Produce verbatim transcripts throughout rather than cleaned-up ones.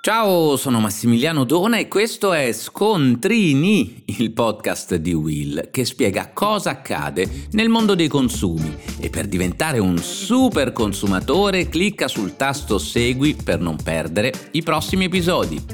Ciao, sono Massimiliano Dona e questo è Scontrini, il podcast di Will che spiega cosa accade nel mondo dei consumi e per diventare un super consumatore clicca sul tasto Segui per non perdere i prossimi episodi.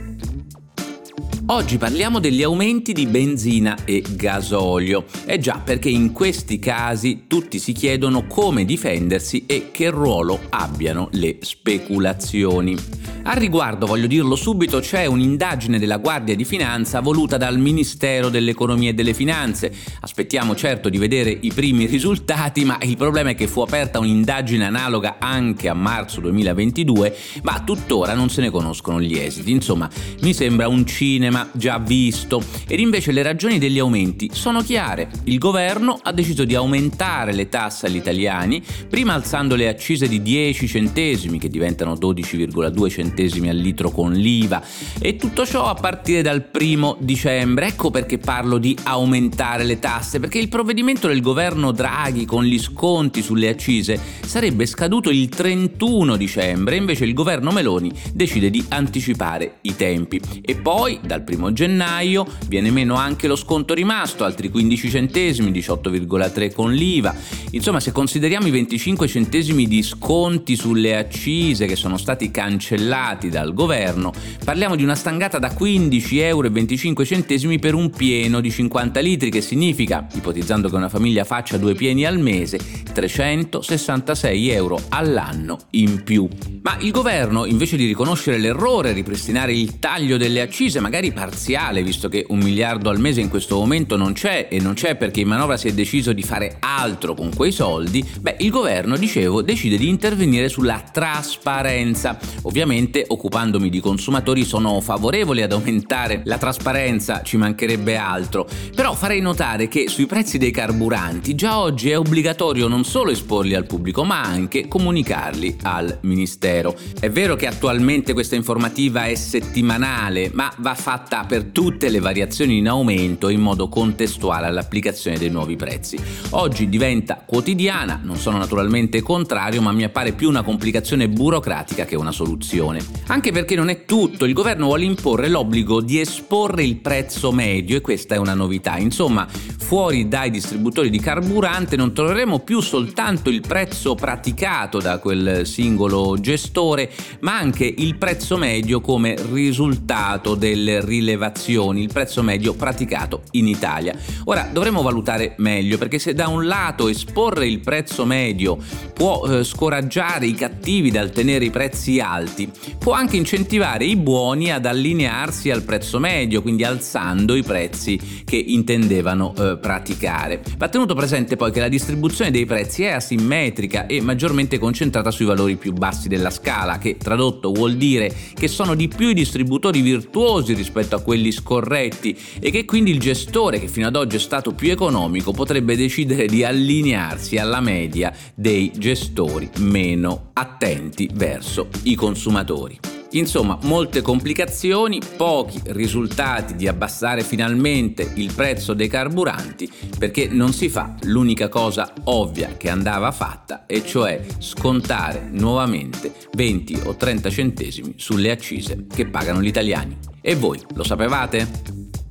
Oggi parliamo degli aumenti di benzina e gasolio. Eh già, perché in questi casi tutti si chiedono come difendersi e che ruolo abbiano le speculazioni. Al riguardo, voglio dirlo subito, c'è un'indagine della Guardia di Finanza voluta dal Ministero dell'Economia e delle Finanze. Aspettiamo certo di vedere i primi risultati, ma il problema è che fu aperta un'indagine analoga anche a marzo duemilaventidue, ma tuttora non se ne conoscono gli esiti. Insomma, mi sembra un cinema già visto. Ed invece le ragioni degli aumenti sono chiare. Il governo ha deciso di aumentare le tasse agli italiani, prima alzando le accise di dieci centesimi, che diventano dodici virgola due centesimi al litro con l'I V A, e tutto ciò a partire dal primo dicembre. Ecco perché parlo di aumentare le tasse, perché il provvedimento del governo Draghi con gli sconti sulle accise sarebbe scaduto il trentuno dicembre, invece il governo Meloni decide di anticipare i tempi. E poi dal primo gennaio viene meno anche lo sconto rimasto, altri quindici centesimi, diciotto virgola tre con l'I V A. Insomma, se consideriamo i venticinque centesimi di sconti sulle accise che sono stati cancellati dal governo, parliamo di una stangata da quindici virgola venticinque euro per un pieno di cinquanta litri, che significa, ipotizzando che una famiglia faccia due pieni al mese, trecentosessantasei euro all'anno in più. Ma il governo, invece di riconoscere l'errore e ripristinare il taglio delle accise, magari parziale, visto che un miliardo al mese in questo momento non c'è, e non c'è perché in manovra si è deciso di fare altro con quei soldi, beh, il governo, dicevo, decide di intervenire sulla trasparenza. Ovviamente, occupandomi di consumatori, sono favorevole ad aumentare la trasparenza, ci mancherebbe altro, però farei notare che sui prezzi dei carburanti già oggi è obbligatorio non solo esporli al pubblico, ma anche comunicarli al Ministero. È vero che attualmente questa informativa è settimanale, ma va fatta per tutte le variazioni in aumento in modo contestuale all'applicazione dei nuovi prezzi. Oggi diventa quotidiana, non sono naturalmente contrario, ma mi appare più una complicazione burocratica che una soluzione. Anche perché non è tutto, il governo vuole imporre l'obbligo di esporre il prezzo medio, e questa è una novità. Insomma, fuori dai distributori di carburante non troveremo più soltanto il prezzo praticato da quel singolo gestore, ma anche il prezzo medio come risultato delle rilevazioni, il prezzo medio praticato in Italia. Ora dovremo valutare meglio, perché se da un lato esporre il prezzo medio può eh, scoraggiare i cattivi dal tenere i prezzi alti, può anche incentivare i buoni ad allinearsi al prezzo medio, quindi alzando i prezzi che intendevano eh, praticare. Va tenuto presente poi che la distribuzione dei prezzi è asimmetrica e maggiormente concentrata sui valori più bassi della scala, che tradotto vuol dire che sono di più i distributori virtuosi rispetto a quelli scorretti, e che quindi il gestore, che fino ad oggi è stato più economico, potrebbe decidere di allinearsi alla media dei gestori meno attenti verso i consumatori. Insomma, molte complicazioni, pochi risultati di abbassare finalmente il prezzo dei carburanti, perché non si fa l'unica cosa ovvia che andava fatta, e cioè scontare nuovamente venti o trenta centesimi sulle accise che pagano gli italiani. E voi lo sapevate?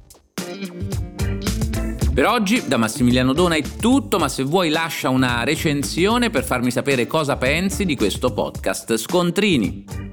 Per oggi da Massimiliano Dona è tutto, ma se vuoi lascia una recensione per farmi sapere cosa pensi di questo podcast. Scontrini!